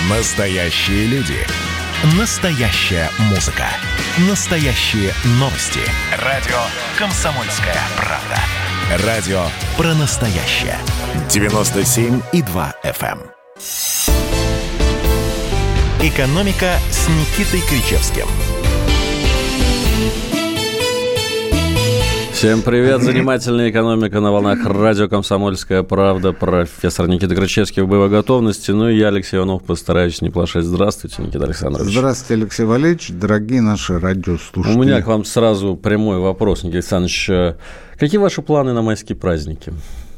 Настоящие люди. Настоящая музыка. Настоящие новости. Радио «Комсомольская правда». Радио про настоящее. 97,2 FM. «Экономика» с Никитой Кричевским. Всем привет, занимательная экономика на волнах радио «Комсомольская правда». Профессор Никита Кричевский в боевой готовности. Ну и я, Алексей Иванов, постараюсь не плашать. Здравствуйте, Никита Александрович. Здравствуйте, Алексей Валерьевич, дорогие наши радиослушатели. У меня к вам сразу прямой вопрос, Никита Александрович. Какие ваши планы на майские праздники?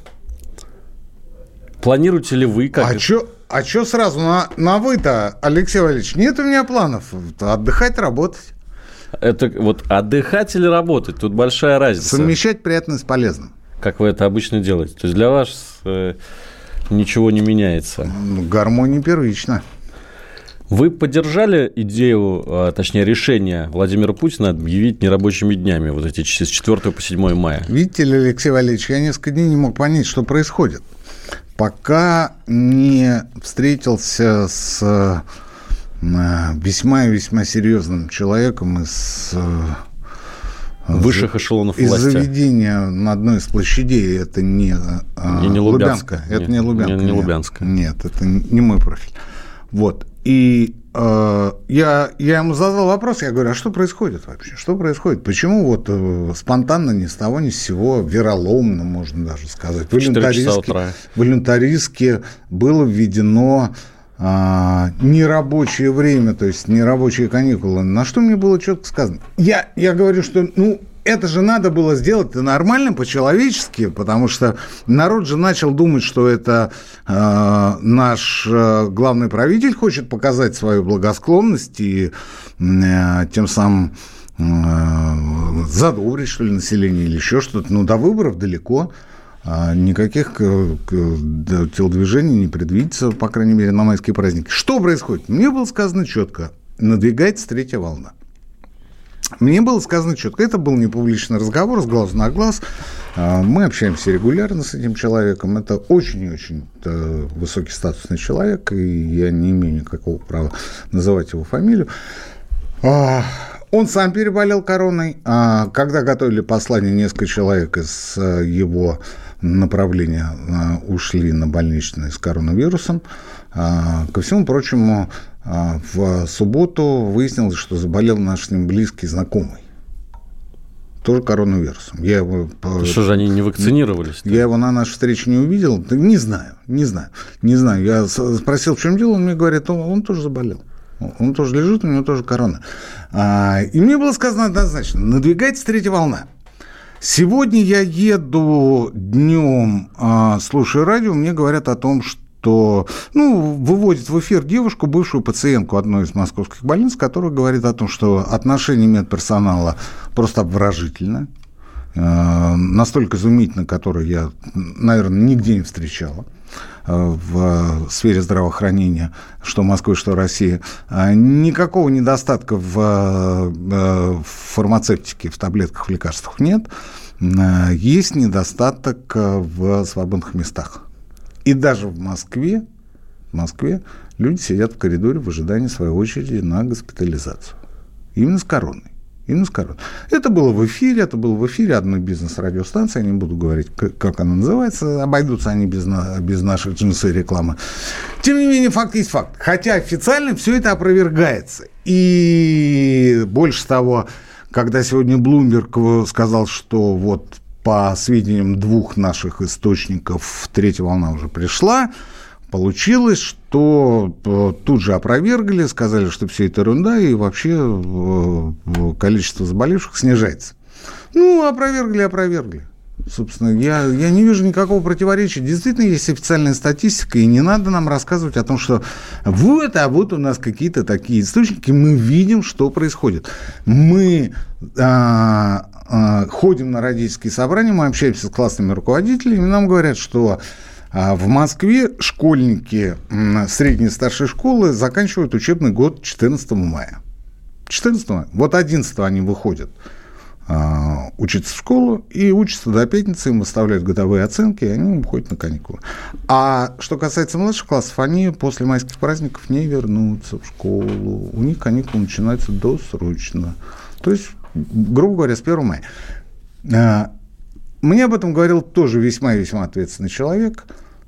Планируете ли вы как... А чё сразу на вы-то, Алексей Валерьевич? Нет у меня планов. Отдыхать, работать. Это вот отдыхать или работать? Тут большая разница. Совмещать приятное с полезным. Как вы это обычно делаете? То есть для вас ничего не меняется? Гармония первична. Вы поддержали идею, точнее решение Владимира Путина объявить нерабочими днями вот эти с 4 по 7 мая? Видите ли, Алексей Валерьевич, я несколько дней не мог понять, что происходит. Пока не встретился с весьма и весьма серьезным человеком из высших эшелонов власти. Из заведения на одной из площадей. Это не Лубянская. Это не Лубянка. Не Лубянская. Нет, это не мой профиль. Вот. И я ему задал вопрос, я говорю, а что происходит вообще? Что происходит? Почему вот спонтанно, ни с того, ни с сего, вероломно, можно даже сказать, волюнтаристски было введено нерабочее время, то есть нерабочие каникулы. На что мне было четко сказано? Я говорю, что это же надо было сделать нормально, по-человечески, потому что народ же начал думать, что это наш главный правитель хочет показать свою благосклонность и тем самым задобрить, что ли, население или еще что-то. До выборов далеко. Никаких телодвижений не предвидится, по крайней мере, на майские праздники. Что происходит? Мне было сказано четко. Надвигается третья волна. Мне было сказано четко. Это был не публичный разговор с глазу на глаз. Мы общаемся регулярно с этим человеком. Это очень и очень высокий статусный человек, и я не имею никакого права называть его фамилию. Он сам переболел короной. Когда готовили послание, несколько человек из его направления ушли на больничные с коронавирусом. Ко всему прочему, в субботу выяснилось, что заболел наш с ним близкий знакомый. Тоже коронавирусом. Что же они не вакцинировались? Я его на нашей встрече не увидел. Не знаю. Я спросил, в чем дело, он мне говорит, он тоже заболел. Он тоже лежит, у него тоже корона. И мне было сказано однозначно, надвигается третья волна. Сегодня я еду днем, слушаю радио, мне говорят о том, что выводят в эфир девушку, бывшую пациентку одной из московских больниц, которая говорит о том, что отношение медперсонала просто обворожительно, настолько изумительно, которое я, наверное, нигде не встречала в сфере здравоохранения, что Москвы, что России. Никакого недостатка в фармацевтике, в таблетках, в лекарствах нет. Есть недостаток в свободных местах. И даже в Москве люди сидят в коридоре в ожидании своей очереди на госпитализацию. Именно с короной. Это было в эфире одной бизнес-радиостанции, я не буду говорить, как она называется, обойдутся они без наших джинсы и рекламы. Тем не менее, факт есть факт. Хотя официально все это опровергается. И больше того, когда сегодня Bloomberg сказал, что вот по сведениям двух наших источников третья волна уже пришла, получилось, что тут же опровергли, сказали, что все это ерунда, и вообще количество заболевших снижается. Опровергли. Собственно, я не вижу никакого противоречия. Действительно, есть официальная статистика, и не надо нам рассказывать о том, что вот у нас какие-то такие источники, мы видим, что происходит. Мы ходим на родительские собрания, мы общаемся с классными руководителями, нам говорят, что в Москве школьники средней и старшей школы заканчивают учебный год 14 мая. 14 мая. Вот 11 они выходят учиться в школу и учатся до пятницы, им выставляют годовые оценки, и они уходят на каникулы. А что касается младших классов, они после майских праздников не вернутся в школу. У них каникулы начинаются досрочно. То есть, грубо говоря, с 1 мая. Мне об этом говорил тоже весьма и весьма ответственный человек.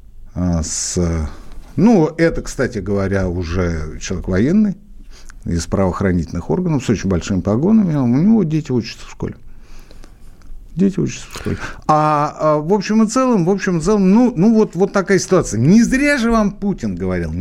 Это, кстати говоря, уже человек военный, из правоохранительных органов, с очень большими погонами, у него дети учатся в школе. Дети учатся в школе. В общем и целом, вот такая ситуация. Не зря же вам Путин говорил,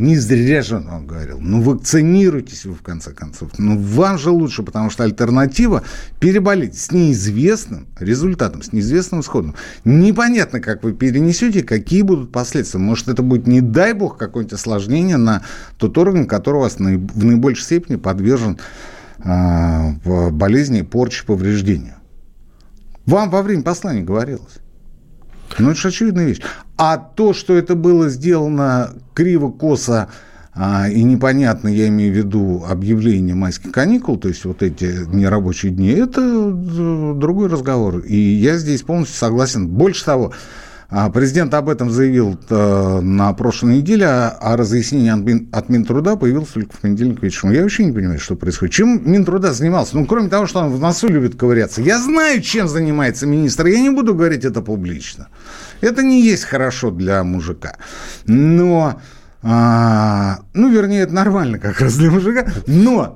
вакцинируйтесь вы, в конце концов. Вам же лучше, потому что альтернатива переболеть с неизвестным результатом, с неизвестным исходом. Непонятно, как вы перенесете, какие будут последствия. Может, это будет, не дай бог, какое-нибудь осложнение на тот орган, который у вас в наибольшей степени подвержен болезни, порче, повреждению. Вам во время послания говорилось. Это же очевидная вещь. А то, что это было сделано криво, косо и непонятно, я имею в виду объявление майских каникул, то есть вот эти нерабочие дни, это другой разговор. И я здесь полностью согласен. Больше того, президент об этом заявил на прошлой неделе, а разъяснение от Минтруда появилось только в понедельник вечером. Я вообще не понимаю, что происходит. Чем Минтруда занимался? Кроме того, что он в носу любит ковыряться. Я знаю, чем занимается министр, я не буду говорить это публично. Это не есть хорошо для мужика. Но... вернее, это нормально как раз для мужика. Но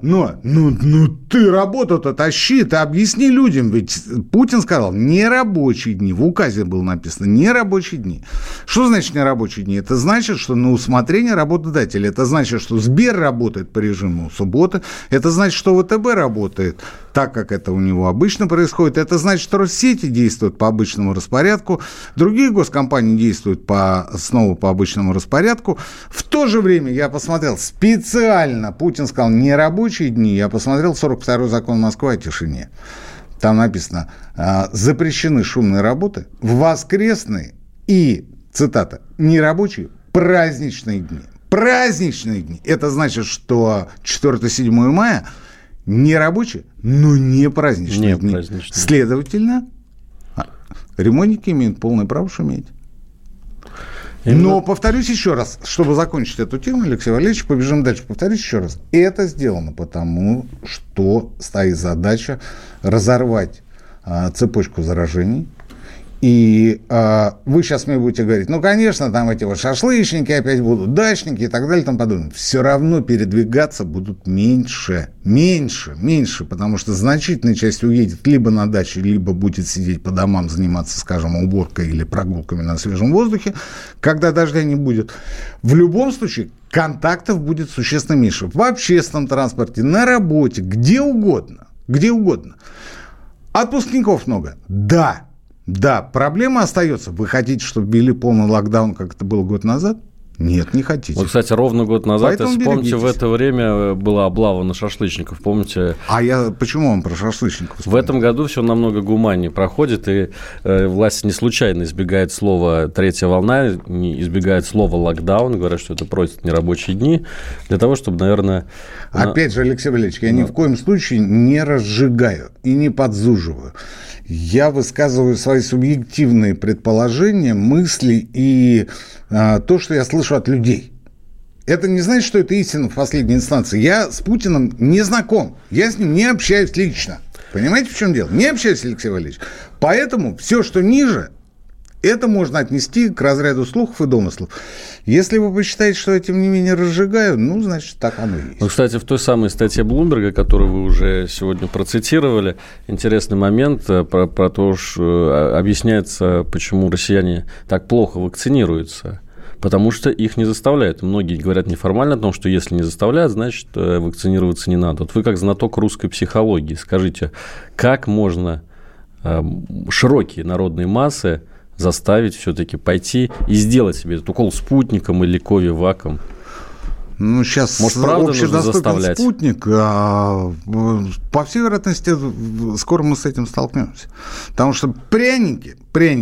ты работу-то тащи, ты объясни людям. Ведь Путин сказал, нерабочие дни. В указе было написано, нерабочие дни. Что значит нерабочие дни? Это значит, что на усмотрение работодателя. Это значит, что Сбер работает по режиму субботы. Это значит, что ВТБ работает так, как это у него обычно происходит. Это значит, что Россети действуют по обычному распорядку. Другие госкомпании действуют снова по обычному распорядку. В то же время я посмотрел специально, Путин сказал, нерабочие дни, я посмотрел 42-й закон Москвы о тишине. Там написано, запрещены шумные работы в воскресные и, цитата, нерабочие праздничные дни. Праздничные дни. Это значит, что 4-7 мая нерабочие, но не праздничные дни. Следовательно, ремонтники имеют полное право шуметь. Но, повторюсь еще раз, чтобы закончить эту тему, Алексей Валерьевич, побежим дальше. Повторюсь еще раз. Это сделано потому, что стоит задача разорвать цепочку заражений. И вы сейчас мне будете говорить, конечно, там эти вот шашлычники опять будут, дачники и так далее и тому подобное. Все равно передвигаться будут меньше, потому что значительная часть уедет либо на даче, либо будет сидеть по домам, заниматься, скажем, уборкой или прогулками на свежем воздухе, когда дождя не будет. В любом случае, контактов будет существенно меньше. В общественном транспорте, на работе, где угодно. Отпускников много. Да, проблема остается. Вы хотите, чтобы ввели полный локдаун, как это было год назад? Нет, не хотите. Вот, кстати, ровно год назад, если помните, в это время была облава на шашлычников, помните? Почему вам про шашлычников вспомнил? В этом году все намного гуманнее проходит, и власть не случайно избегает слова «третья волна», не избегает слова «локдаун», говорят, что это просто нерабочие дни, для того, чтобы, наверное... Опять же, Алексей Валерьевич, я ни в коем случае не разжигаю и не подзуживаю. Я высказываю свои субъективные предположения, мысли и то, что я слышу от людей. Это не значит, что это истина в последней инстанции. Я с Путиным не знаком. Я с ним не общаюсь лично. Понимаете, в чем дело? Не общаюсь, Алексей Валерьевич. Поэтому все, что ниже, это можно отнести к разряду слухов и домыслов. Если вы посчитаете, что я, тем не менее, разжигаю, значит, так оно и есть. Кстати, в той самой статье Блумберга, которую вы уже сегодня процитировали, интересный момент про то, что объясняется, почему россияне так плохо вакцинируются. Потому что их не заставляют. Многие говорят неформально о том, что если не заставляют, значит, вакцинироваться не надо. Вот вы как знаток русской психологии, скажите, как можно широкие народные массы заставить все-таки пойти и сделать себе этот укол спутником или ковиваком? Сейчас общедоступен спутник, по всей вероятности, скоро мы с этим столкнемся. Потому что пряники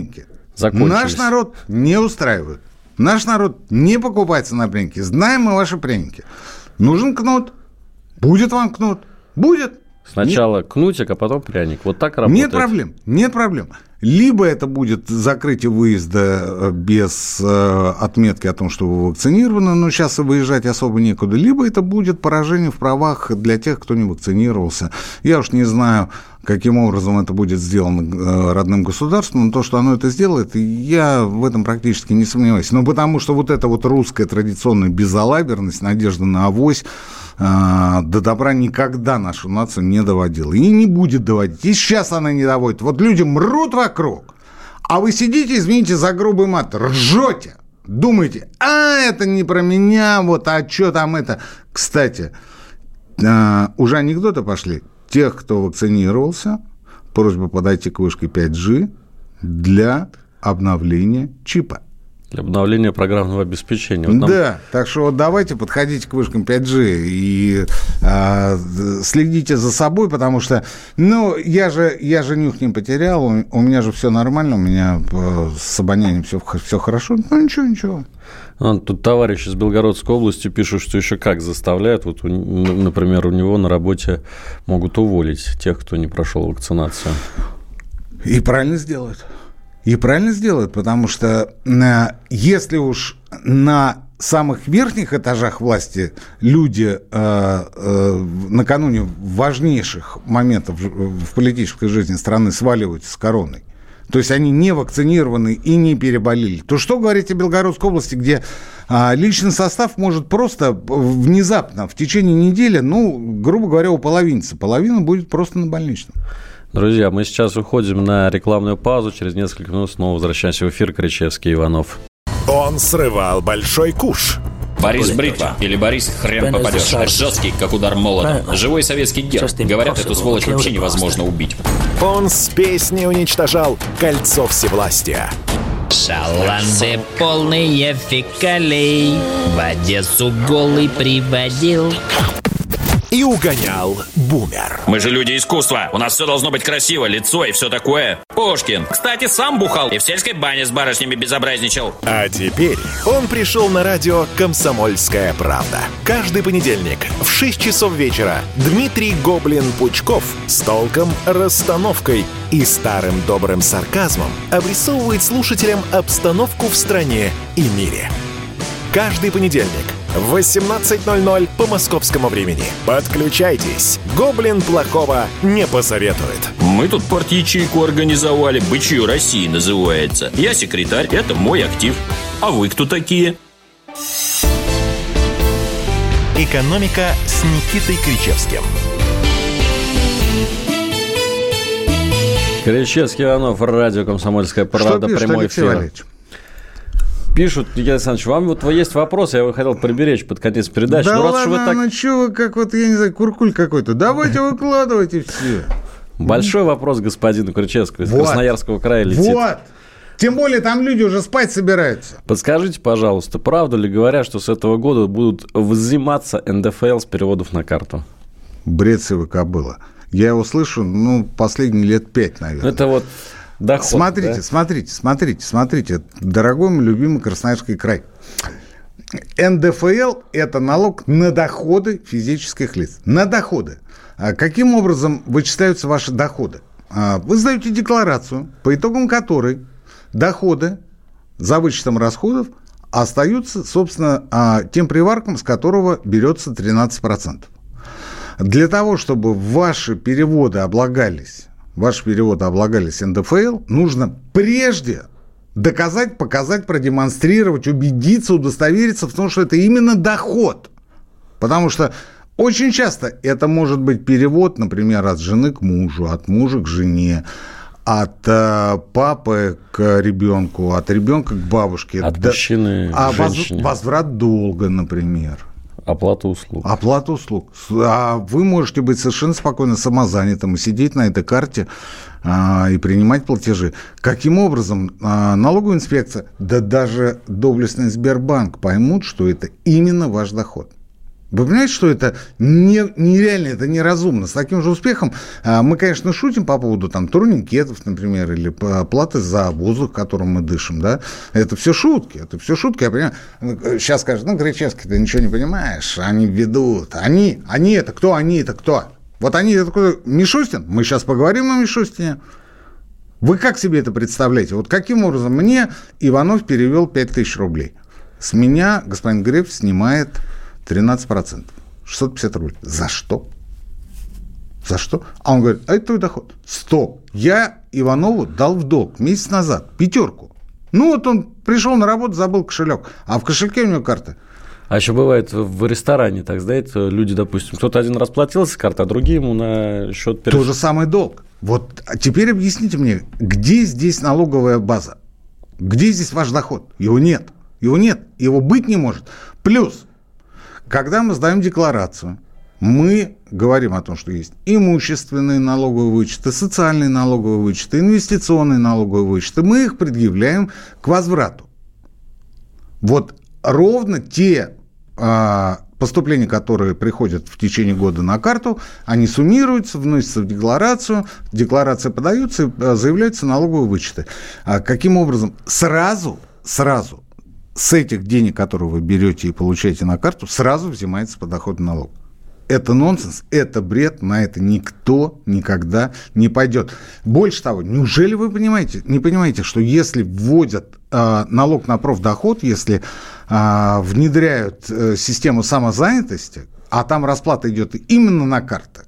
наш народ не устраивают. Наш народ не покупается на пряники. Знаем мы ваши пряники. Нужен кнут. Будет вам кнут. Будет. Сначала кнутик, а потом пряник. Вот так работает. Нет проблем. Либо это будет закрытие выезда без отметки о том, что вы вакцинированы, но сейчас и выезжать особо некуда, либо это будет поражение в правах для тех, кто не вакцинировался. Я уж не знаю, каким образом это будет сделано родным государством, но то, что оно это сделает, я в этом практически не сомневаюсь. Но потому что вот эта вот русская традиционная безалаберность, надежда на авось, до добра никогда нашу нацию не доводила. И не будет доводить. И сейчас она не доводит. Вот люди мрут вокруг, а вы сидите, извините за грубый мат, ржете. Думаете, это не про меня, вот, а что там это. Кстати, уже анекдоты пошли. Тех, кто вакцинировался, просьба подойти к вышке 5G для обновления чипа. Для обновления программного обеспечения. Вот да, так что вот давайте подходите к вышкам 5G и следите за собой, потому что, я же нюх не потерял, у меня же все нормально, у меня с обонянием все хорошо, ничего. Тут товарищи из Белгородской области пишут, что еще как заставляют. Вот, например, у него на работе могут уволить тех, кто не прошел вакцинацию. И правильно сделают. Потому что если уж на самых верхних этажах власти люди накануне важнейших моментов в политической жизни страны сваливаются с короной, то есть они не вакцинированы и не переболели, то что говорить о Белгородской области, где личный состав может просто внезапно в течение недели, грубо говоря, уполовиниться. Половина будет просто на больничном. Друзья, мы сейчас уходим на рекламную паузу. Через несколько минут снова возвращаемся в эфир. Кричевский, Иванов. Он срывал большой куш. Борис Бритва или Борис хрен попадешь. Жесткий, как удар молотом. Живой советский герб. Говорят, эту сволочь вообще невозможно убить. Он с песней уничтожал кольцо всевластия. Шаланды полные фекалей в Одессу голый приводил. И угонял бумер. Мы же люди искусства. У нас все должно быть красиво, лицо и все такое. Пушкин, кстати, сам бухал и в сельской бане с барышнями безобразничал. А теперь он пришел на радио «Комсомольская правда». Каждый понедельник в 6 часов вечера Дмитрий Гоблин-Пучков с толком, расстановкой и старым добрым сарказмом обрисовывает слушателям обстановку в стране и мире. Каждый понедельник в 18:00 по московскому времени. Подключайтесь. Гоблин плохого не посоветует. Мы тут парт-ячейку организовали. «Бычью России» называется. Я секретарь, это мой актив. А вы кто такие? «Экономика» с Никитой Кричевским. Кричевский, Иванов, радио «Комсомольская правда», прямой эфир. Пишут, Никита Александрович, вам вот есть вопрос, я его хотел приберечь под конец передачи. Да ладно, что вы как вот, я не знаю, куркуль какой-то. Давайте выкладывайте все. Большой вопрос господину Кричевскому из Красноярского края летит. Вот. Тем более там люди уже спать собираются. Подскажите, пожалуйста, правду ли говорят, что с этого года будут взиматься НДФЛ с переводов на карту? Бред сивой кобыла. Я его слышу, последние лет 5, наверное. Это вот... Доход, смотрите, дорогой мой любимый Красноярский край. НДФЛ – это налог на доходы физических лиц. На доходы. Каким образом вычисляются ваши доходы? Вы сдаете декларацию, по итогам которой доходы за вычетом расходов остаются, собственно, тем приварком, с которого берется 13%. Для того, чтобы ваши переводы облагались НДФЛ, нужно прежде доказать, показать, продемонстрировать, убедиться, удостовериться в том, что это именно доход. Потому что очень часто это может быть перевод, например, от жены к мужу, от мужа к жене, от папы к ребенку, от ребенка к бабушке. От мужчины к женщине. Возврат долга, например. Оплата услуг. А вы можете быть совершенно спокойно самозанятым и сидеть на этой карте и принимать платежи. Каким образом налоговая инспекция, да даже доблестный Сбербанк поймут, что это именно ваш доход? Вы понимаете, что это нереально, это неразумно. С таким же успехом мы, конечно, шутим по поводу турникетов, например, или платы за воздух, которым мы дышим, да. Это все шутки, я понимаю. Сейчас скажут, Кричевский, ты ничего не понимаешь, они ведут. Они это кто? Вот они такой, Мишустин, мы сейчас поговорим о Мишустине. Вы как себе это представляете? Вот каким образом мне Иванов перевел 5000 рублей? С меня господин Греф снимает 13%. 650 рублей. За что? За что? А он говорит, а это твой доход. Стоп. Я Иванову дал в долг месяц назад 5. Ну вот он пришел на работу, забыл кошелек. А в кошельке у него карта. А еще бывает в ресторане, так знаете, люди, допустим, кто-то один расплатился с карты, а другие ему на счет То же самый долг. Вот а теперь объясните мне, где здесь налоговая база? Где здесь ваш доход? Его нет. Его нет. Его быть не может. Плюс, когда мы сдаем декларацию, мы говорим о том, что есть имущественные налоговые вычеты, социальные налоговые вычеты, инвестиционные налоговые вычеты. Мы их предъявляем к возврату. Вот ровно те поступления, которые приходят в течение года на карту, они суммируются, вносятся в декларацию, декларация подается и заявляются налоговые вычеты. Каким образом? Сразу с этих денег, которые вы берете и получаете на карту, сразу взимается подоходный налог. Это нонсенс, это бред, на это никто никогда не пойдет. Больше того, неужели вы не понимаете, что если вводят налог на профдоход, если внедряют систему самозанятости, а там расплата идет именно на карты,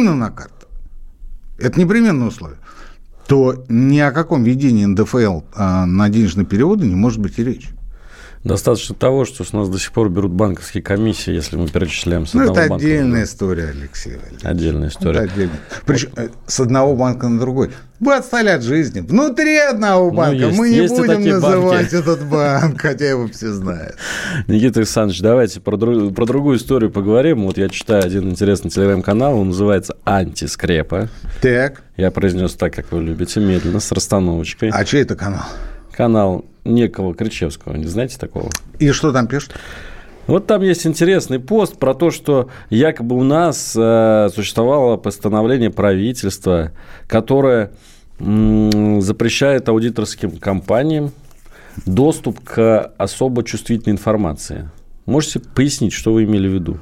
это непременное условие, то ни о каком введении НДФЛ на денежные переводы не может быть и речи. Достаточно того, что с нас до сих пор берут банковские комиссии, если мы перечисляем с одного банка. Это отдельная история, Алексей Валерьевич. Отдельная история. Причем с одного банка на другой. Вы отстали от жизни. Внутри одного банка. Мы не будем называть этот банк, хотя его все знают. Никита Александрович, давайте про другую историю поговорим. Вот я читаю один интересный телеграм-канал, он называется «Антискрепа». Так. Я произнес так, как вы любите, медленно, с расстановочкой. А чей это канал? Канал некого Кричевского, не знаете такого? И что там пишут? Вот там есть интересный пост про то, что якобы у нас существовало постановление правительства, которое запрещает аудиторским компаниям доступ к особо чувствительной информации. Можете пояснить, что вы имели в виду?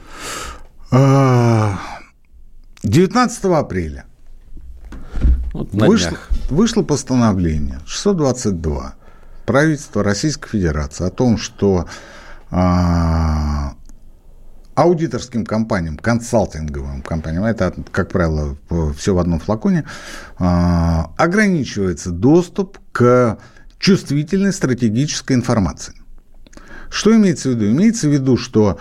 19 апреля вот вышло постановление 622 правительства Российской Федерации о том, что аудиторским компаниям, консалтинговым компаниям, это, как правило, все в одном флаконе, ограничивается доступ к чувствительной стратегической информации. Что имеется в виду? Имеется в виду, что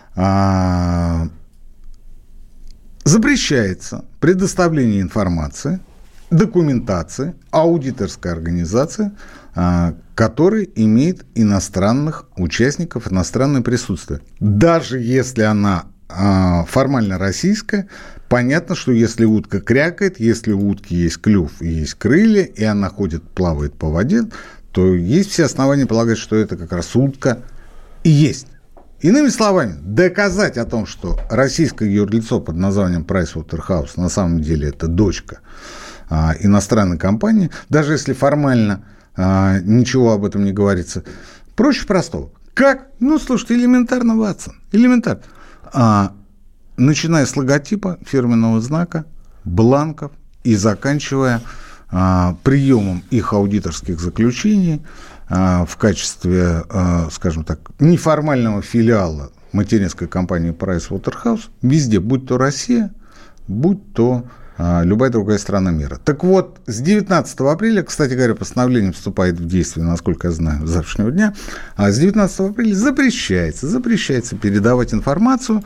запрещается предоставление информации, документации аудиторской организации, которая имеет иностранных участников, иностранное присутствие. Даже если она формально российская, понятно, что если утка крякает, если у утки есть клюв и есть крылья, и она ходит, плавает по воде, то есть все основания полагать, что это как раз утка и есть. Иными словами, доказать о том, что российское юрлицо под названием PricewaterhouseCoopers на самом деле это дочка иностранной компании, даже если формально ничего об этом не говорится, проще простого. Как? Ну, слушайте, элементарно, Ватсон, элементарно. Начиная с логотипа, фирменного знака, бланков и заканчивая приемом их аудиторских заключений в качестве, скажем так, неформального филиала материнской компании PricewaterhouseCoopers, везде, будь то Россия, будь то любая другая страна мира. Так вот, с 19 апреля, кстати говоря, постановление вступает в действие, насколько я знаю, с завтрашнего дня, а с 19 апреля запрещается передавать информацию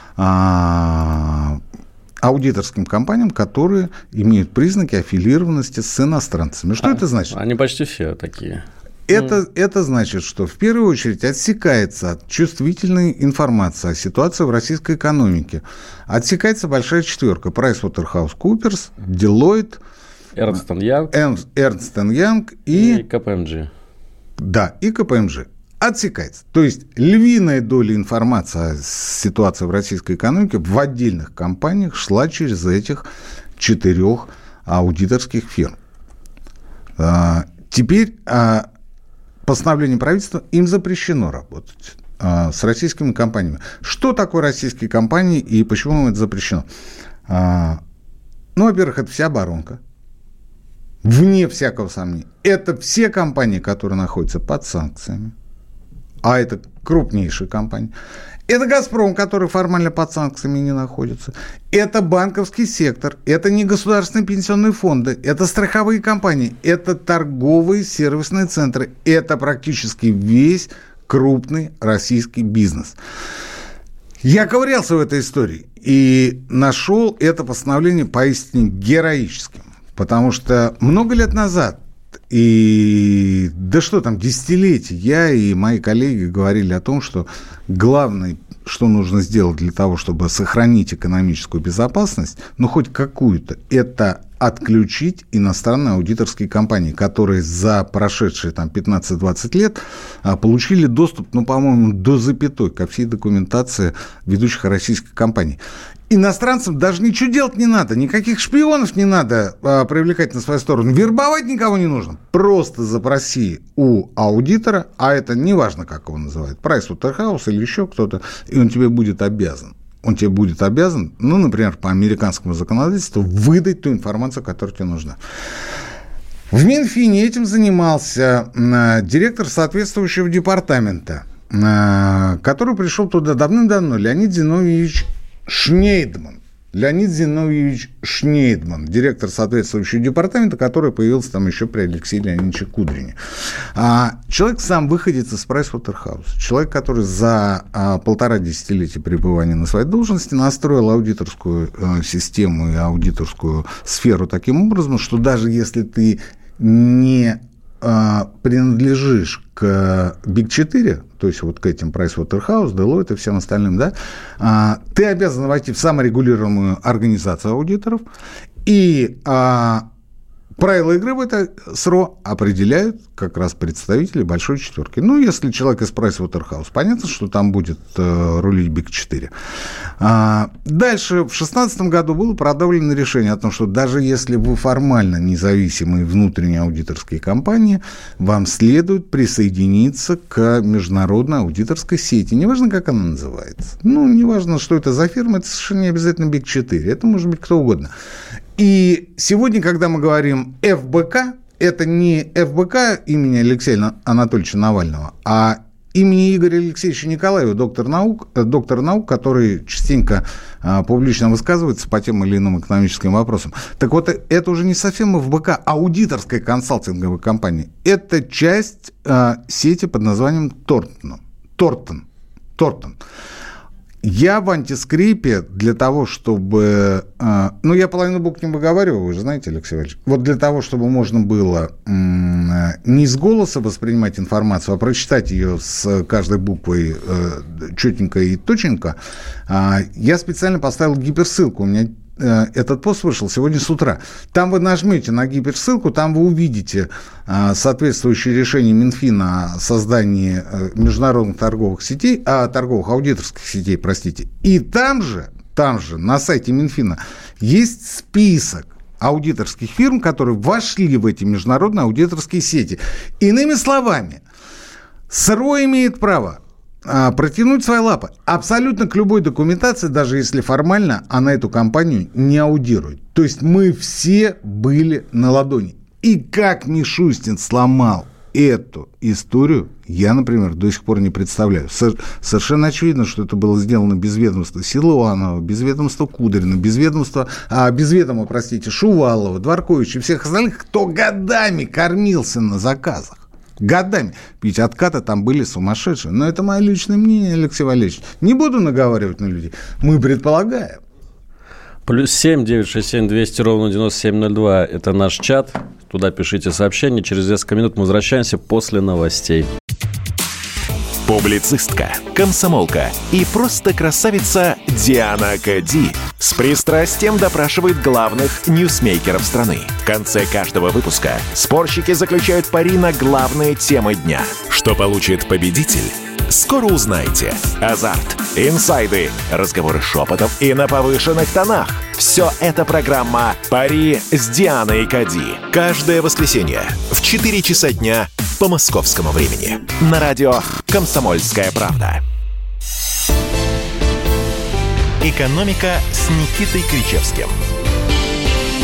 аудиторским компаниям, которые имеют признаки аффилированности с иностранцами. Что это значит? Они почти все такие. Это значит, что в первую очередь отсекается от чувствительной информации о ситуации в российской экономике. Отсекается большая четверка: PricewaterhouseCoopers, Deloitte, Ernst & Young и KPMG. Да, и KPMG. Отсекается. То есть львиная доля информации о ситуации в российской экономике в отдельных компаниях шла через этих 4 аудиторских фирм. Теперь постановлением правительства им запрещено работать с российскими компаниями. Что такое российские компании и почему им это запрещено? Ну, во-первых, это вся оборонка. Вне всякого сомнения. Это все компании, которые находятся под санкциями. А это крупнейшие компании. Это «Газпром», который формально под санкциями не находится. Это банковский сектор. Это негосударственные пенсионные фонды. Это страховые компании. Это торговые сервисные центры. Это практически весь крупный российский бизнес. Я ковырялся в этой истории и нашел это постановление поистине героическим. Потому что много лет назад, и да что там, десятилетия, я и мои коллеги говорили о том, что главное, что нужно сделать для того, чтобы сохранить экономическую безопасность, ну хоть какую-то, это отключить иностранные аудиторские компании, которые за прошедшие там 15-20 лет получили доступ, ну, по-моему, до запятой ко всей документации ведущих российских компаний. Иностранцам даже ничего делать не надо, никаких шпионов не надо привлекать на свою сторону, вербовать никого не нужно. Просто запроси у аудитора, а это неважно, как его называют, PricewaterhouseCoopers или еще кто-то, и он тебе будет обязан. Он тебе будет обязан, ну, например, по американскому законодательству, выдать ту информацию, которая тебе нужна. В Минфине этим занимался директор соответствующего департамента, который пришел туда давным-давно, Леонид Зиновьевич Шнейдман. Леонид Зиновьевич Шнейдман, директор соответствующего департамента, который появился там еще при Алексее Леонидовиче Кудрине. Человек сам выходец из PricewaterhouseCoopers. Человек, который за 1,5 десятилетия пребывания на своей должности настроил аудиторскую систему и аудиторскую сферу таким образом, что даже если ты не принадлежишь к Big 4, то есть вот к этим PricewaterhouseCoopers, Deloitte и всем остальным, да, ты обязан войти в саморегулируемую организацию аудиторов, и правила игры в этой СРО определяют как раз представители большой четверки. Ну, если человек из PricewaterhouseCoopers, понятно, что там будет рулить Big 4. Дальше, в 2016 году было продавлено решение о том, что даже если вы формально независимые внутренние аудиторские компании, вам следует присоединиться к международной аудиторской сети. Неважно, как она называется. Ну, неважно, что это за фирма, это совершенно не обязательно Big 4. Это может быть кто угодно. И сегодня, когда мы говорим ФБК, это не ФБК имени Алексея Анатольевича Навального, а имени Игоря Алексеевича Николаева, доктора наук, который частенько публично высказывается по тем или иным экономическим вопросам. Так вот, это уже не совсем ФБК, а аудиторская консалтинговая компания. Это часть сети под названием Тортон. Я в антискрипе для того, чтобы... я половину букв не выговариваю, вы же знаете, Алексей Валерьевич. Вот для того, чтобы можно было не с голоса воспринимать информацию, а прочитать ее с каждой буквой четенько и точенько, я специально поставил гиперссылку. У меня этот пост вышел сегодня с утра. Там вы нажмете на гиперссылку, там вы увидите соответствующее решение Минфина о создании международных торговых сетей, торговых аудиторских сетей, простите. И там же на сайте Минфина есть список аудиторских фирм, которые вошли в эти международные аудиторские сети. Иными словами, СРО имеет право протянуть свои лапы абсолютно к любой документации, даже если формально она эту компанию не аудирует. То есть мы все были на ладони. И как Мишустин сломал эту историю, я, например, до сих пор не представляю. Совершенно очевидно, что это было сделано без ведомства Силуанова, без ведомства Кудрина, без ведома, Шувалова, Дворковича и всех остальных, кто годами кормился на заказах. Годами. Ведь откаты там были сумасшедшие. Но это мое личное мнение, Алексей Валерьевич. Не буду наговаривать на людей. Мы предполагаем. +7 967 200 9702 – это наш чат. Туда пишите сообщения. Через несколько минут мы возвращаемся после новостей. Публицистка, комсомолка и просто красавица Диана Кади с пристрастием допрашивает главных ньюсмейкеров страны. В конце каждого выпуска спорщики заключают пари на главные темы дня. Что получит победитель? Скоро узнаете. Азарт, инсайды, разговоры шепотов и на повышенных тонах. Все это программа «Пари с Дианой Кади». Каждое воскресенье в 4 часа дня по московскому времени. На радио «Комсомольская правда». «Экономика» с Никитой Кричевским.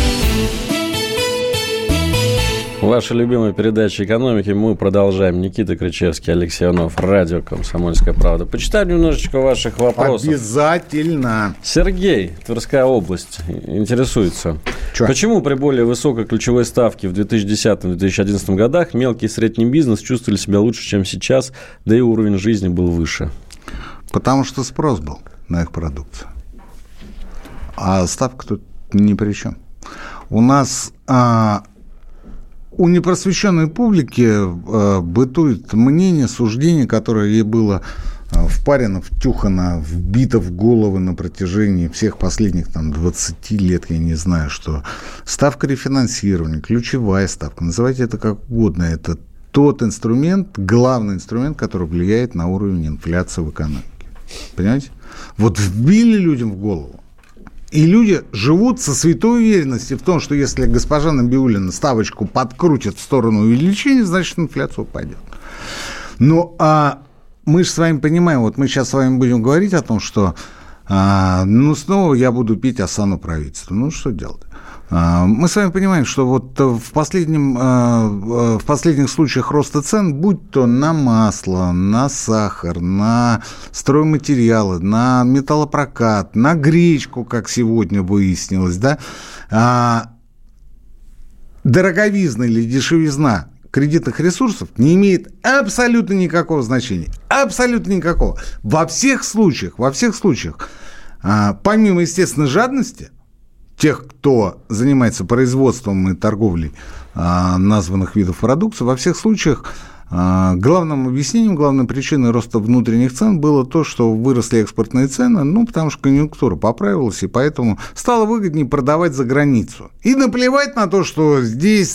Ваша любимая передача экономики. Мы продолжаем. Никита Кричевский, Алексей Иванов, радио «Комсомольская правда». Почитаем немножечко ваших вопросов. Обязательно. Сергей, Тверская область, интересуется. Чё? Почему при более высокой ключевой ставке в 2010-2011 годах мелкий и средний бизнес чувствовали себя лучше, чем сейчас, да и уровень жизни был выше? Потому что спрос был на их продукцию. А ставка тут ни при чем. У нас... У непросвещенной публики бытует мнение, суждение, которое ей было впарено, втюхано, вбито в головы на протяжении всех последних 20 лет, я не знаю, что ставка рефинансирования, ключевая ставка, называйте это как угодно, это тот инструмент, главный инструмент, который влияет на уровень инфляции в экономике. Понимаете? Вот вбили людям в голову. И люди живут со святой уверенностью в том, что если госпожа Набиуллина ставочку подкрутит в сторону увеличения, значит, инфляция упадет. Ну, мы же с вами понимаем, вот мы сейчас с вами будем говорить о том, что снова я буду петь осану правительства. Ну, что делать? Мы с вами понимаем, что вот в последних случаях роста цен, будь то на масло, на сахар, на стройматериалы, на металлопрокат, на гречку, как сегодня выяснилось, да, дороговизна или дешевизна кредитных ресурсов не имеет абсолютно никакого значения. Абсолютно никакого. Во всех случаях, помимо, естественно, жадности, тех, кто занимается производством и торговлей названных видов продукции, во всех случаях главным объяснением, главной причиной роста внутренних цен было то, что выросли экспортные цены, потому что конъюнктура поправилась, и поэтому стало выгоднее продавать за границу. И наплевать на то, что здесь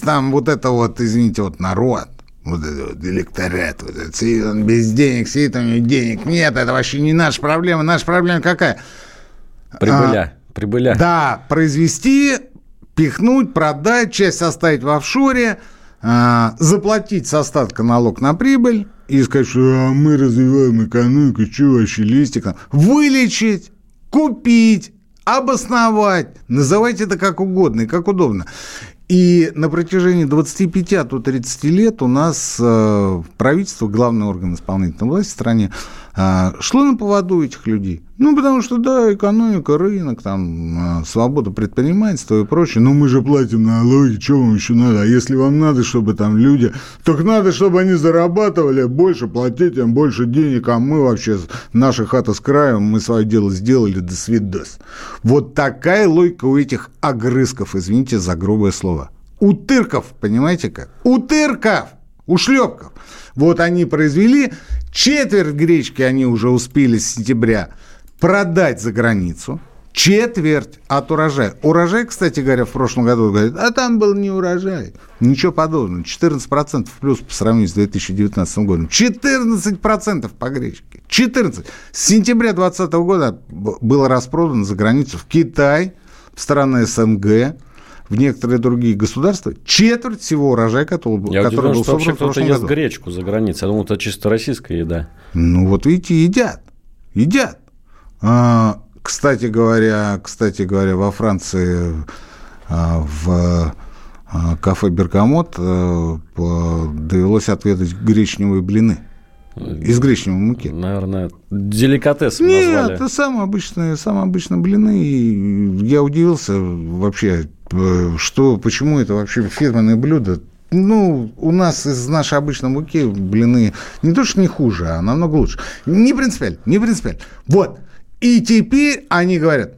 народ, электорат, сидит он без денег, сидит у него денег нет, это вообще не наша проблема. Наша проблема какая? Прибыля. Да, произвести, пихнуть, продать, часть оставить в офшоре, заплатить с остатка налог на прибыль и сказать, что мы развиваем экономику, что вообще листик. Вылечить, купить, обосновать, называйте это как угодно и как удобно. И на протяжении 25, а то 30 лет у нас правительство, главный орган исполнительной власти в стране, шло на поводу этих людей. Потому что, да, экономика, рынок, свобода предпринимательства и прочее. Мы же платим налоги, что вам еще надо? А если вам надо, чтобы люди... Так надо, чтобы они зарабатывали больше, платить им больше денег, а мы вообще, наша хата с краем, мы свое дело сделали, до свидос. Вот такая логика у этих огрызков, извините за грубое слово. Утырков, понимаете как? Утырков! Ушлепков. Вот они произвели, четверть гречки они уже успели с сентября продать за границу, четверть от урожая. Урожай, кстати говоря, в прошлом году, говорит, там был не урожай. Ничего подобного. 14% плюс по сравнению с 2019 годом. 14% по гречке. 14%. С сентября 2020 года было распродано за границу в Китай, в страны СНГ, в некоторые другие государства, четверть всего урожая, который был собран в прошлом году. Ест гречку за границей. Я думал, это чисто российская еда. Вот видите, едят. Кстати говоря, во Франции в кафе «Беркамот» довелось отведать гречневые блины. Из гречневой муки. Наверное, деликатесом назвали. Нет, это самые обычные блины. И я удивился вообще, почему это вообще фирменное блюдо. У нас из нашей обычной муки блины не то, что не хуже, а намного лучше. Не принципиально. Вот. И теперь они говорят,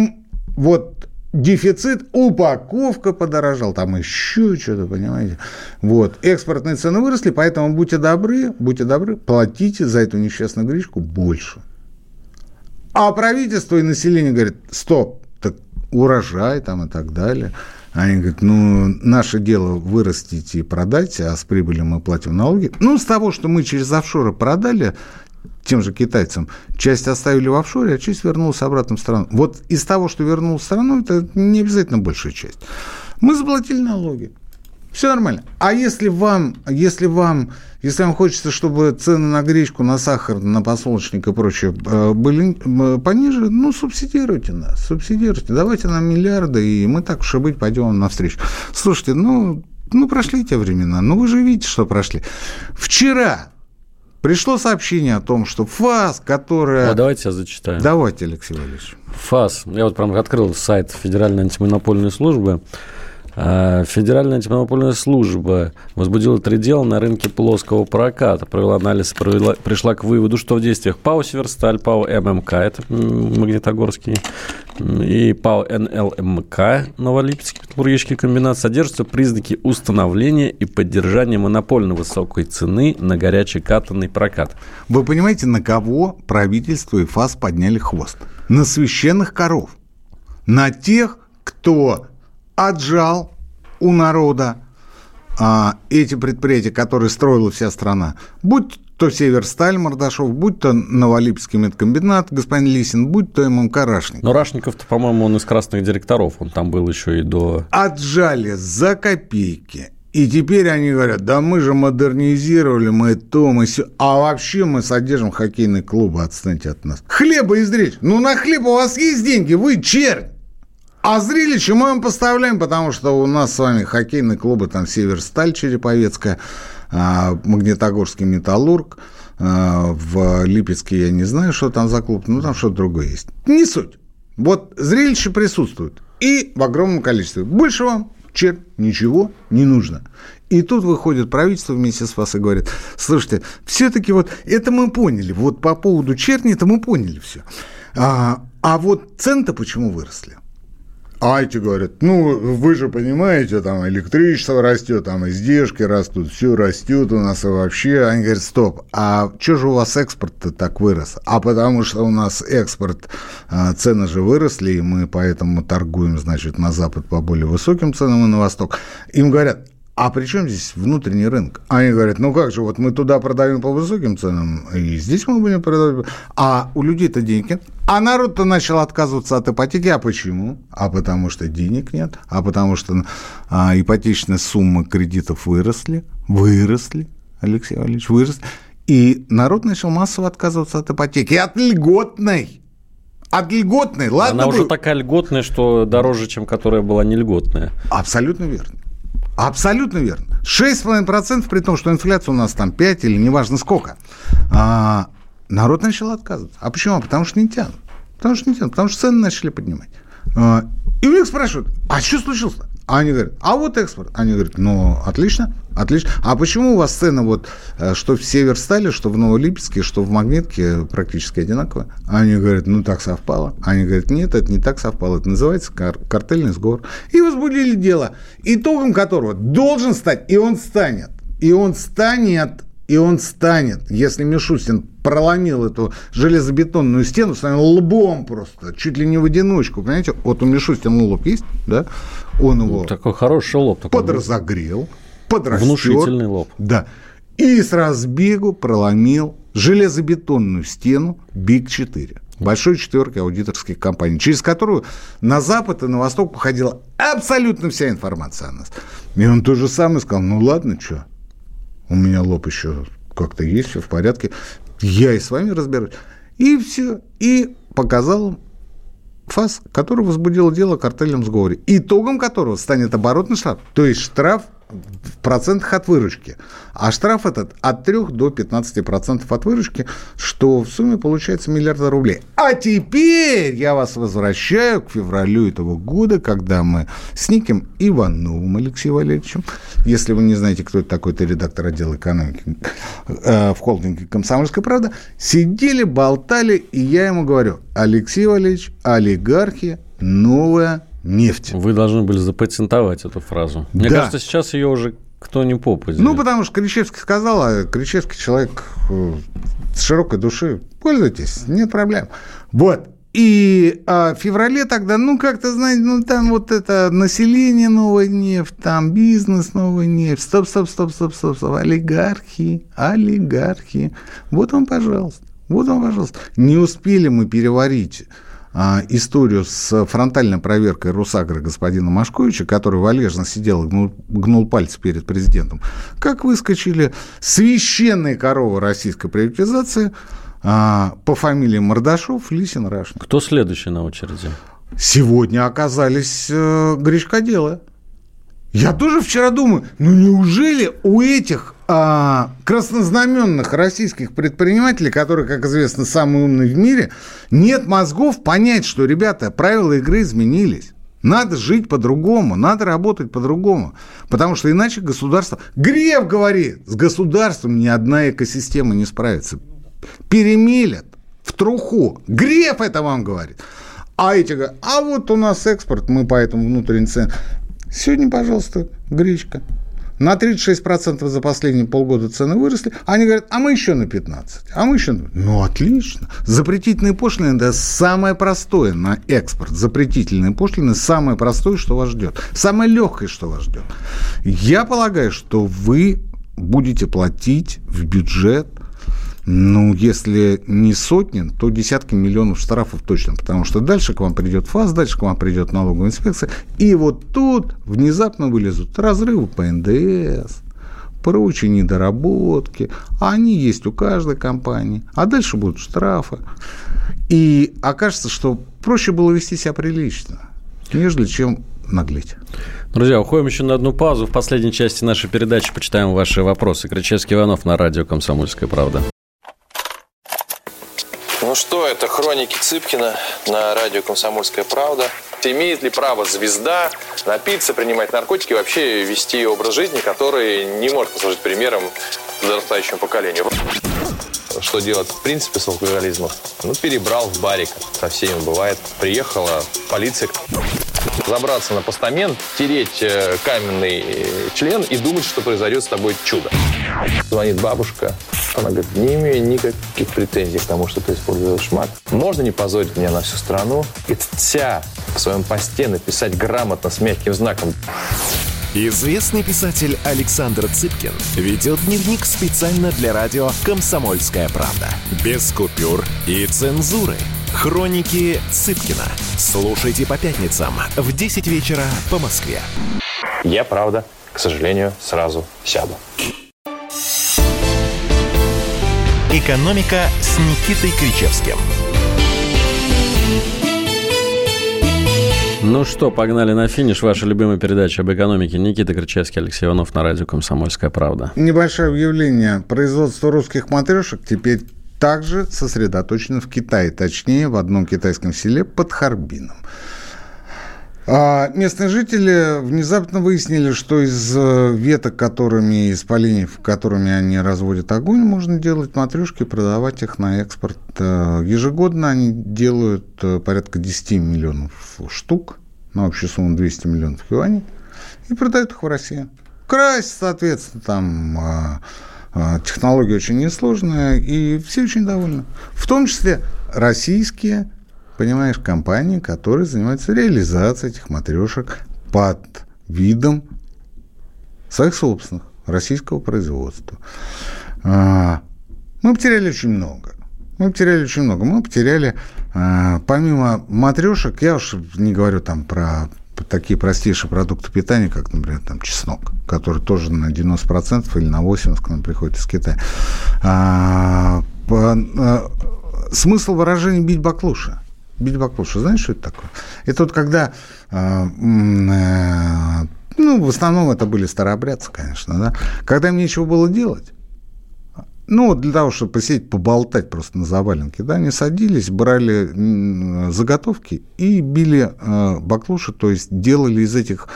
дефицит, упаковка подорожала, там еще что-то, понимаете. Вот. Экспортные цены выросли, поэтому будьте добры, платите за эту несчастную гречку больше. А правительство и население говорит, стоп, так урожай там и так далее. Они говорят, наше дело вырастить и продать, а с прибыли мы платим налоги. С того, что мы через офшоры продали тем же китайцам, часть оставили в офшоре, а часть вернулась обратно в страну. Вот из того, что вернулась в страну, это не обязательно большая часть. Мы заплатили налоги. Все нормально. А если вам хочется, чтобы цены на гречку, на сахар, на подсолнечник и прочее были пониже, субсидируйте нас. Давайте нам миллиарды, и мы так уж и быть пойдем вам навстречу. Слушайте, прошли те времена. Вы же видите, что прошли. Вчера пришло сообщение о том, что ФАС, которая... Давайте я зачитаю. Давайте, Алексей Валерьевич. ФАС. Я прям открыл сайт Федеральной антимонопольной службы. Федеральная антимонопольная служба возбудила 3 дела на рынке плоского проката. Провела анализ, пришла к выводу, что в действиях ПАО «Северсталь», ПАО «ММК», это Магнитогорский, и ПАО «НЛМК», Новолипецкий металлургический комбинат, содержатся признаки установления и поддержания монопольно высокой цены на горячекатанный прокат. Вы понимаете, на кого правительство и ФАС подняли хвост? На священных коров. На тех, кто отжал у народа эти предприятия, которые строила вся страна. Будь то «Северсталь» Мордашов, будь то Новолипецкий медкомбинат, господин Лисин, будь то ММК Рашников. Но Рашников-то, по-моему, он из красных директоров, он там был еще и до... Отжали за копейки. И теперь они говорят, да мы же модернизировали, мы то, мы сё. А вообще мы содержим хоккейные клубы, отстаньте от нас. Хлеба изречь. На хлеб у вас есть деньги, вы чернь. А зрелище мы вам поставляем, потому что у нас с вами хоккейные клубы, там «Северсталь» Череповецкая, Магнитогорский «Металлург», в Липецке я не знаю, что там за клуб, там что-то другое есть. Не суть. Вот зрелище присутствует. И в огромном количестве. Больше вам, черт, ничего не нужно. И тут выходит правительство вместе с ФАС и говорит, слушайте, все-таки это мы поняли. По поводу черни это мы поняли все. А цены-то почему выросли? А эти говорят, вы же понимаете, там электричество растет, там издержки растут, все растет у нас и вообще. Они говорят, стоп, а что же у вас экспорт-то так вырос? А потому что у нас экспорт, цены же выросли, и мы поэтому торгуем, на Запад по более высоким ценам и на Восток. Им говорят, а при чем здесь внутренний рынок? Они говорят, как же, мы туда продаем по высоким ценам, и здесь мы будем продавать. А у людей-то денег нет. А народ-то начал отказываться от ипотеки. А почему? А потому что денег нет. А потому что ипотечные суммы кредитов выросли. Алексей Валерьевич, выросли. И народ начал массово отказываться от ипотеки. От льготной. Ладно. Она уже такая льготная, что дороже, чем которая была не льготная. Абсолютно верно. 6,5%, при том, что инфляция у нас там 5 или неважно сколько. Народ начал отказываться. А почему? Потому что не тянут. Потому что цены начали поднимать. И у них спрашивают, а что случилось-то? А они говорят, а вот экспорт. Они говорят, отлично. А почему у вас цены что в «Северстале», что в Новолипецке, что в Магнитке практически одинаковые? Они говорят, так совпало. Они говорят, нет, это не так совпало. Это называется картельный сговор. И возбудили дело, итогом которого должен стать, и он станет, если Мишустин проломил эту железобетонную стену своим лбом просто, чуть ли не в одиночку, понимаете? У Мишустина лоб есть, да? Он его такой хороший лоб. подразогрел, подрастер. Внушительный лоб. Да. И с разбегу проломил железобетонную стену БИГ-4. Большой четверки аудиторских компаний, через которую на Запад и на Восток походила абсолютно вся информация о нас. И он то же самое сказал, ладно, что? У меня лоб еще как-то есть, все в порядке. Я и с вами разберусь. И все. И показал им ФАС, который возбудил дело о картельном сговоре, итогом которого станет оборотный штраф. То есть штраф в процентах от выручки. А штраф этот от 3 до 15% от выручки, что в сумме получается миллиарды рублей. А теперь я вас возвращаю к февралю этого года, когда мы с неким Ивановым Алексеем Валерьевичем, если вы не знаете, кто это такой, это редактор отдела экономики в холдинге «Комсомольская правда», сидели, болтали, и я ему говорю, Алексей Валерьевич, олигархи, новая нефть. Вы должны были запатентовать эту фразу. Мне кажется, сейчас ее уже кто не попадет. Потому что Кричевский сказал, а Кричевский человек с широкой души. Пользуйтесь, нет проблем. И в феврале тогда, как-то, знаете, там это население новая нефть, там бизнес новая нефть. Стоп. Олигархи. Вот вам, пожалуйста. Не успели мы переварить историю с фронтальной проверкой Русагры господина Машковича, который валежно сидел и гнул пальцы перед президентом, как выскочили священные коровы российской приватизации по фамилии Мордашов, Лисин, Рашников. Кто следующий на очереди? Сегодня оказались гречкоделы. Я тоже вчера думаю, неужели у этих краснознаменных российских предпринимателей, которые, как известно, самые умные в мире, нет мозгов понять, что, ребята, правила игры изменились. Надо жить по-другому, надо работать по-другому. Потому что иначе государство... Греф говорит, с государством ни одна экосистема не справится. Перемелят в труху. Греф это вам говорит. А эти говорят, а вот у нас экспорт, мы поэтому внутренний цен. Сегодня, пожалуйста, гречка. На 36% за последние полгода цены выросли. Они говорят, а мы еще на 15%. А мы еще... Отлично. Запретительные пошлины – это самое простое на экспорт. Запретительные пошлины – самое простое, что вас ждет. Самое легкое, что вас ждет. Я полагаю, что вы будете платить в бюджет, если не сотни, то десятки миллионов штрафов точно. Потому что дальше к вам придет ФАС, дальше к вам придет налоговая инспекция. И вот тут внезапно вылезут разрывы по НДС, прочие недоработки. Они есть у каждой компании. А дальше будут штрафы. И окажется, что проще было вести себя прилично, нежели чем наглеть. Друзья, уходим еще на одну паузу. В последней части нашей передачи почитаем ваши вопросы. Кричевский, Иванов на радио «Комсомольская правда». Ну что, это хроники Цыпкина на радио «Комсомольская правда». Имеет ли право звезда напиться, принимать наркотики и вообще вести образ жизни, который не может послужить примером подрастающему поколению? Что делать в принципе с алкоголизмом? Перебрал в барик, со всеми бывает. Приехала полиция. Забраться на постамент, тереть каменный член и думать, что произойдет с тобой чудо. Звонит бабушка. Она говорит, не имею никаких претензий к тому, что ты используешь мат. Можно не позорить меня на всю страну и вся в своем посте написать грамотно с мягким знаком. Известный писатель Александр Цыпкин ведет дневник специально для радио «Комсомольская правда». Без купюр и цензуры. Хроники Цыпкина. Слушайте по пятницам в 10 вечера по Москве. Я, правда, к сожалению, сразу сяду. «Экономика» с Никитой Кричевским. Ну что, погнали на финиш. Ваша любимая передача об экономике. Никита Кричевский, Алексей Иванов на радио «Комсомольская правда». Небольшое объявление. Производство русских матрешек теперь также сосредоточено в Китае. Точнее, в одном китайском селе под Харбином. Местные жители внезапно выяснили, что из веток, из поленьев, которыми они разводят огонь, можно делать матрешки и продавать их на экспорт. Ежегодно они делают порядка 10 миллионов штук на общую сумму 200 миллионов юаней и продают их в Россию. Красят, соответственно, там технология очень несложная, и все очень довольны. В том числе российские, понимаешь, компании, которые занимаются реализацией этих матрешек под видом своих собственных, российского производства. Мы потеряли очень много. Мы потеряли, помимо матрешек, я уж не говорю там про такие простейшие продукты питания, как, например, там, чеснок, который тоже на 90% или на 80% к нам приходит из Китая. Смысл выражения «бить баклуши». Бить баклуши. Знаешь, что это такое? Это вот когда... в основном это были старообрядцы, конечно, да? Когда им нечего было делать, для того, чтобы посидеть, поболтать просто на заваленке, да, они садились, брали заготовки и били баклуши, то есть делали из этих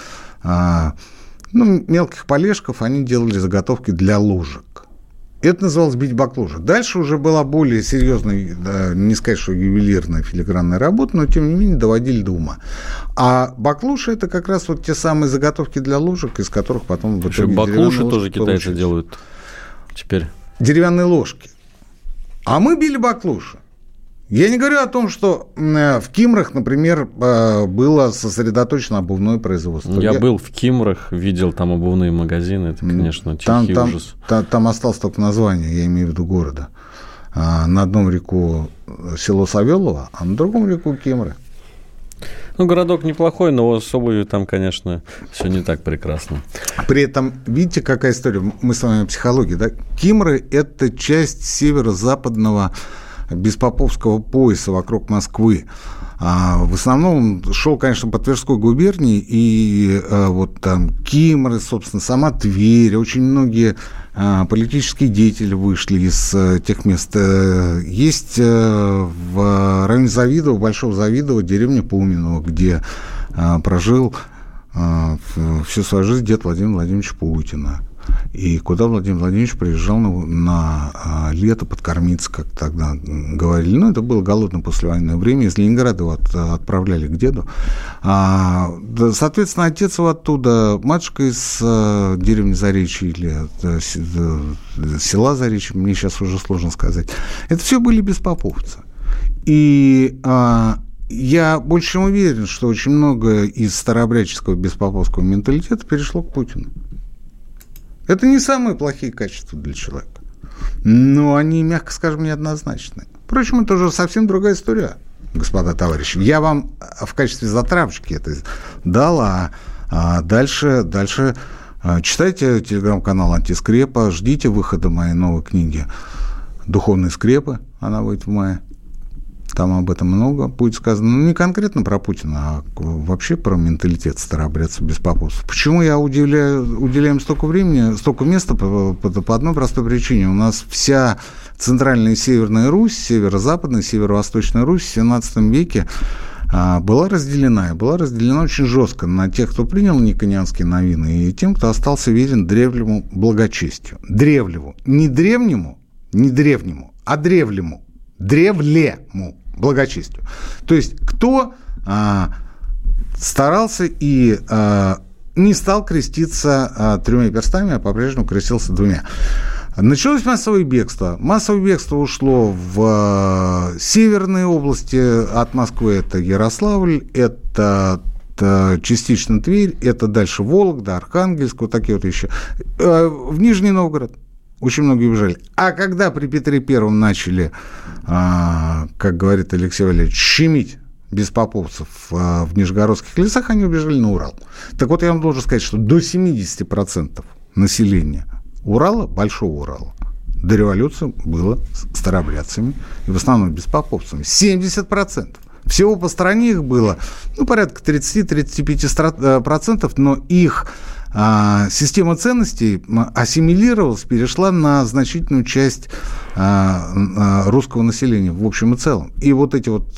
мелких полежков, они делали заготовки для ложек. Это называлось бить баклуши. Дальше уже была более серьезная, не сказать, что ювелирная, филигранная работа, но, тем не менее, доводили до ума. А баклуши – это как раз вот те самые заготовки для ложек, из которых потом... Баклуши тоже китайцы делают теперь. Деревянные ложки. А мы били баклуши. Я не говорю о том, что в Кимрах, например, было сосредоточено обувное производство. Я был в Кимрах, видел там обувные магазины. Это, конечно, тихий ужас. Там осталось только название, я имею в виду города. На одном реку село Савелово, а на другом реку Кимры. Городок неплохой, но с обувью там, конечно, все не так прекрасно. При этом, видите, какая история? Мы с вами о психологии, да? Кимры – это часть северо-западного Беспоповского пояса вокруг Москвы. В основном шел, конечно, по Тверской губернии, и вот там Кимры, собственно, сама Тверь, очень многие политические деятели вышли из тех мест. Есть в районе Завидово, Большого Завидово, деревня Пуменово, где прожил всю свою жизнь дед Владимира Владимировича Путина. И куда Владимир Владимирович приезжал на лето подкормиться, как тогда говорили. Ну, это было голодное послевоенное время. Из Ленинграда его отправляли к деду. Соответственно, отец его оттуда, матушка из деревни Заречье или села Заречье, мне сейчас уже сложно сказать. Это все были беспоповцы. И я больше чем уверен, что очень много из старообрядческого беспоповского менталитета перешло к Путину. Это не самые плохие качества для человека, но они, мягко скажем, неоднозначны. Впрочем, это уже совсем другая история, господа товарищи. Я вам в качестве затравочки это дал, а дальше читайте телеграм-канал «Антискрепа», ждите выхода моей новой книги «Духовные скрепы», она выйдет в мае. Там об этом много будет сказано. Ну, не конкретно про Путина, а вообще про менталитет старообрядцев беспоповцев. Почему я уделяем столько времени, столько места? По одной простой причине. У нас вся центральная и северная Русь, северо-западная, северо-восточная Русь в 17 веке была разделена очень жестко на тех, кто принял никонианские новины, и тем, кто остался верен древнему благочестию. Древнему. Не древнему, а древнему. Древлему благочестию. То есть, кто старался и не стал креститься 3 перстами, а по-прежнему крестился 2. Началось массовое бегство. Массовое бегство ушло в северные области от Москвы. Это Ярославль, это частично Тверь, это дальше Вологда, Архангельск, вот такие вот вещи. В Нижний Новгород. Очень многие убежали. А когда при Петре Первом начали, как говорит Алексей Валерьевич, щемить беспоповцев в Нижегородских лесах, они убежали на Урал. Так вот, я вам должен сказать, что до 70% населения Урала, Большого Урала, до революции было старообрядцами и в основном беспоповцами. 70%. Всего по стране их было, порядка 30-35%, но их система ценностей ассимилировалась, перешла на значительную часть русского населения в общем и целом. И вот эти вот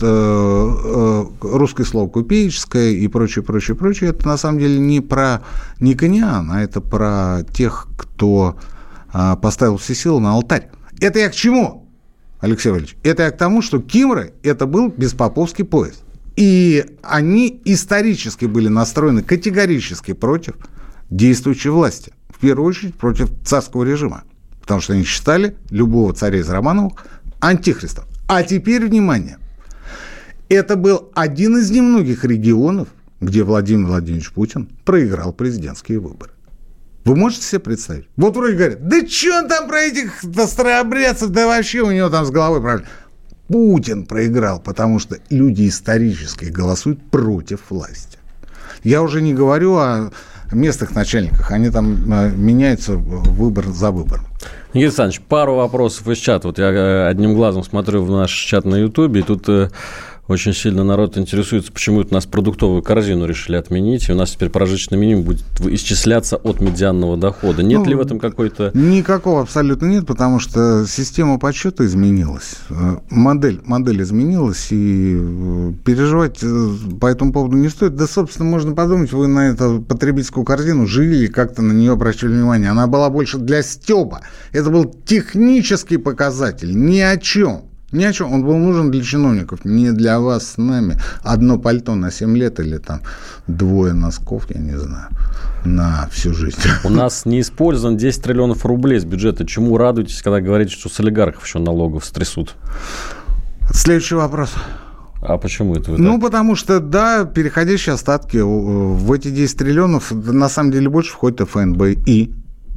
русское слово купеческое и прочее, это на самом деле не про никониан, а это про тех, кто поставил все силы на алтарь. Это я к чему, Алексей Валерьевич? Это я к тому, что кимры – это был беспоповский пояс. И они исторически были настроены категорически против действующей власти. В первую очередь против царского режима. Потому что они считали любого царя из Романовых антихристом. А теперь, внимание, это был один из немногих регионов, где Владимир Владимирович Путин проиграл президентские выборы. Вы можете себе представить? Вот вроде говорят, да что он там про этих старообрядцев, да вообще у него там с головой проблемы. Путин проиграл, потому что люди исторически голосуют против власти. Я уже не говорю о местных начальниках, они там меняются выбор за выбором. Никита Александрович, пару вопросов из чата. Вот я одним глазом смотрю в наш чат на Ютубе, и тут очень сильно народ интересуется, почему это у нас продуктовую корзину решили отменить, и у нас теперь прожиточный минимум будет исчисляться от медианного дохода. Нет ли в этом какой-то... Никакого абсолютно нет, потому что система подсчета изменилась. Модель изменилась, и переживать по этому поводу не стоит. Да, собственно, можно подумать, вы на эту потребительскую корзину жили, как-то на нее обращали внимание. Она была больше для стёба. Это был технический показатель, ни о чем. Ни о чем. Он был нужен для чиновников, не для вас с нами. Одно пальто на 7 лет или там 2 носков, я не знаю, на всю жизнь. У нас не использован 10 триллионов рублей с бюджета. Чему радуетесь, когда говорите, что с олигархов еще налогов стрясут? Следующий вопрос. А почему это вы так? Потому что, да, переходящие остатки в эти 10 триллионов на самом деле больше входит ФНБ и...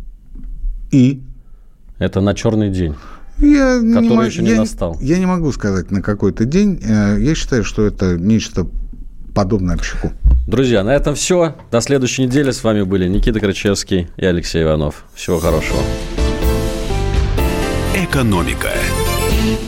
Это на черный день. Который еще не настал. Я не могу сказать на какой-то день. Я считаю, что это нечто подобное общаку. Друзья, на этом все. До следующей недели. С вами были Никита Крычевский и Алексей Иванов. Всего хорошего. Экономика.